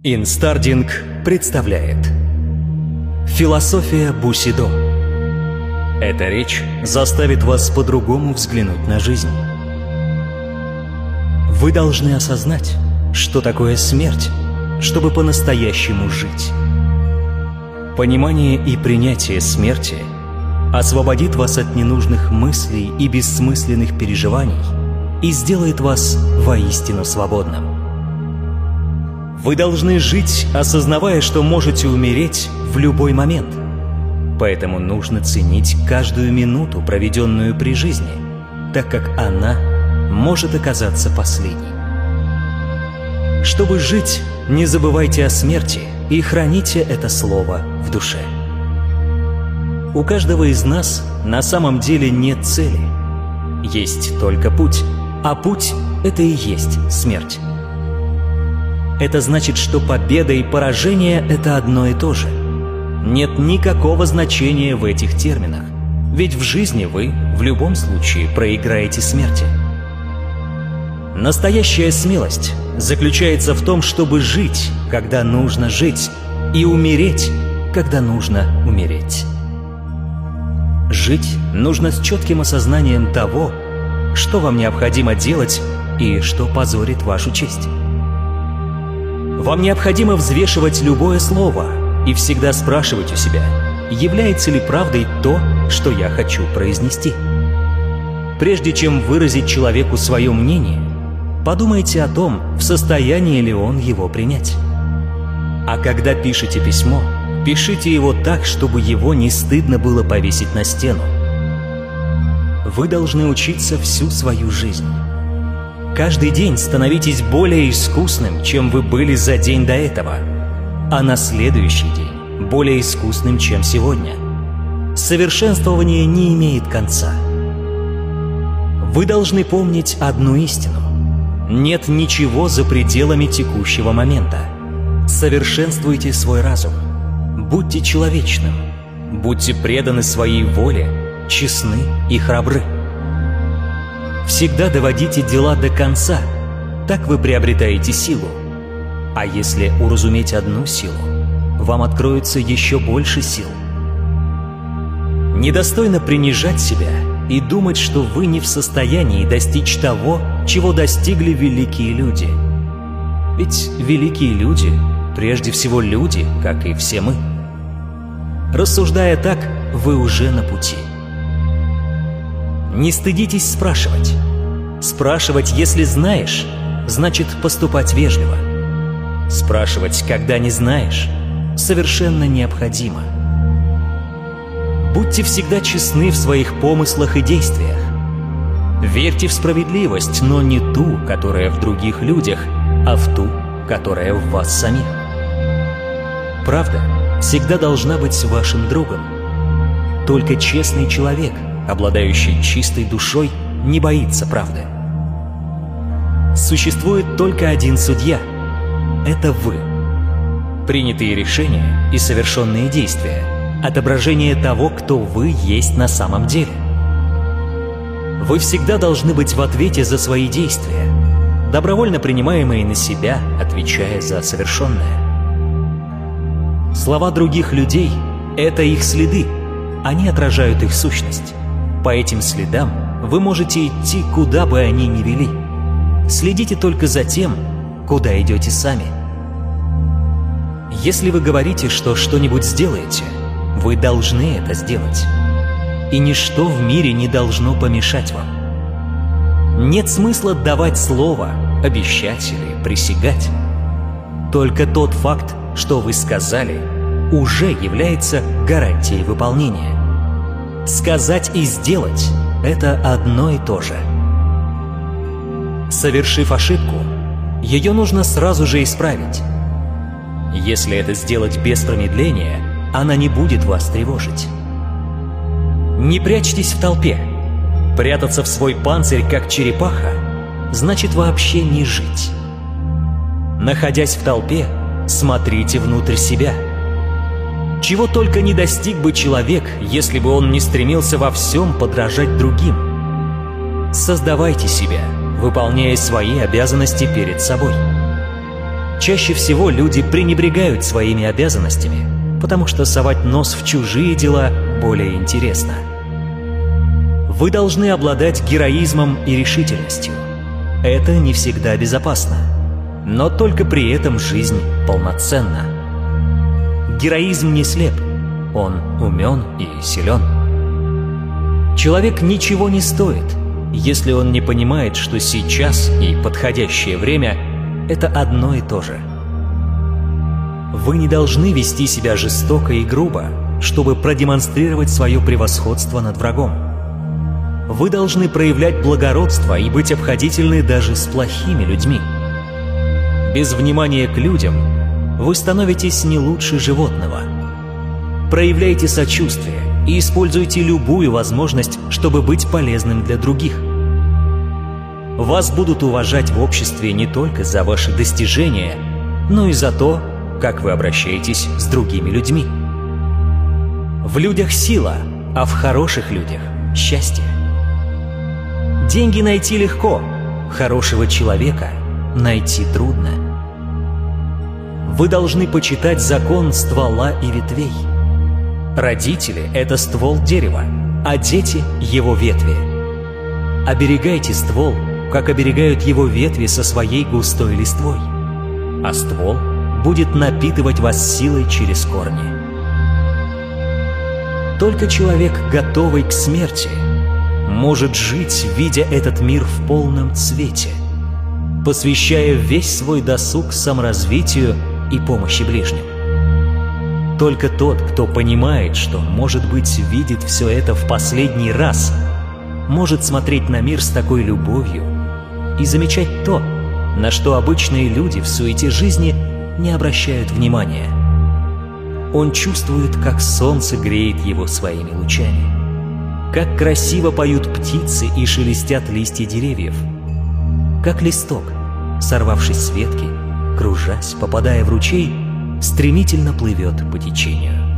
Инстардинг представляет Философия Бусидо. Эта речь заставит вас по-другому взглянуть на жизнь. Вы должны осознать, что такое смерть, чтобы по-настоящему жить. Понимание и принятие смерти освободит вас от ненужных мыслей и бессмысленных переживаний и сделает вас воистину свободным. Вы должны жить, осознавая, что можете умереть в любой момент. Поэтому нужно ценить каждую минуту, проведенную при жизни, так как она может оказаться последней. Чтобы жить, не забывайте о смерти и храните это слово в душе. У каждого из нас на самом деле нет цели. Есть только путь, а путь — это и есть смерть. Это значит, что победа и поражение — это одно и то же. Нет никакого значения в этих терминах, ведь в жизни вы в любом случае проиграете смерти. Настоящая смелость заключается в том, чтобы жить, когда нужно жить, и умереть, когда нужно умереть. Жить нужно с четким осознанием того, что вам необходимо делать и что позорит вашу честь. Вам необходимо взвешивать любое слово и всегда спрашивать у себя, является ли правдой то, что я хочу произнести. Прежде чем выразить человеку свое мнение, подумайте о том, в состоянии ли он его принять. А когда пишете письмо, пишите его так, чтобы его не стыдно было повесить на стену. Вы должны учиться всю свою жизнь. Каждый день становитесь более искусным, чем вы были за день до этого, а на следующий день более искусным, чем сегодня. Совершенствование не имеет конца. Вы должны помнить одну истину. Нет ничего за пределами текущего момента. Совершенствуйте свой разум. Будьте человечным. Будьте преданы своей воле, честны и храбры. Всегда доводите дела до конца, так вы приобретаете силу. А если уразуметь одну силу, вам откроется еще больше сил. Недостойно принижать себя и думать, что вы не в состоянии достичь того, чего достигли великие люди. Ведь великие люди прежде всего люди, как и все мы. Рассуждая так, вы уже на пути. Не стыдитесь спрашивать. Спрашивать, если знаешь, значит поступать вежливо. Спрашивать, когда не знаешь, совершенно необходимо. Будьте всегда честны в своих помыслах и действиях. Верьте в справедливость, но не ту, которая в других людях, а в ту, которая в вас самих. Правда всегда должна быть вашим другом. Только честный человек, обладающий чистой душой, не боится правды. Существует только один судья — это вы. Принятые решения и совершенные действия — отображение того, кто вы есть на самом деле. Вы всегда должны быть в ответе за свои действия, добровольно принимаемые на себя, отвечая за совершенное. Слова других людей — это их следы, они отражают их сущность. По этим следам вы можете идти, куда бы они ни вели. Следите только за тем, куда идете сами. Если вы говорите, что что-нибудь сделаете, вы должны это сделать. И ничто в мире не должно помешать вам. Нет смысла давать слово, обещать или присягать. Только тот факт, что вы сказали, уже является гарантией выполнения. Сказать и сделать — это одно и то же. Совершив ошибку, ее нужно сразу же исправить. Если это сделать без промедления, она не будет вас тревожить. Не прячьтесь в толпе. Прятаться в свой панцирь, как черепаха, значит вообще не жить. Находясь в толпе, смотрите внутрь себя. Чего только не достиг бы человек, если бы он не стремился во всем подражать другим. Создавайте себя, выполняя свои обязанности перед собой. Чаще всего люди пренебрегают своими обязанностями, потому что совать нос в чужие дела более интересно. Вы должны обладать героизмом и решительностью. Это не всегда безопасно, но только при этом жизнь полноценна. Героизм не слеп, он умен и силен. Человек ничего не стоит, если он не понимает, что сейчас и подходящее время — это одно и то же. Вы не должны вести себя жестоко и грубо, чтобы продемонстрировать свое превосходство над врагом. Вы должны проявлять благородство и быть обходительны даже с плохими людьми. Без внимания к людям вы становитесь не лучше животного. Проявляйте сочувствие и используйте любую возможность, чтобы быть полезным для других. Вас будут уважать в обществе не только за ваши достижения, но и за то, как вы обращаетесь с другими людьми. В людях сила, а в хороших людях — счастье. Деньги найти легко, хорошего человека найти трудно. Вы должны почитать закон ствола и ветвей. Родители — это ствол дерева, а дети — его ветви. Оберегайте ствол, как оберегают его ветви со своей густой листвой, а ствол будет напитывать вас силой через корни. Только человек, готовый к смерти, может жить, видя этот мир в полном цвете, посвящая весь свой досуг саморазвитию и помощи ближним. Только тот, кто понимает, что, может быть, видит все это в последний раз, может смотреть на мир с такой любовью и замечать то, на что обычные люди в суете жизни не обращают внимания. Он чувствует, как солнце греет его своими лучами, как красиво поют птицы и шелестят листья деревьев, как листок, сорвавшись с ветки, кружась, попадая в ручей, стремительно плывет по течению.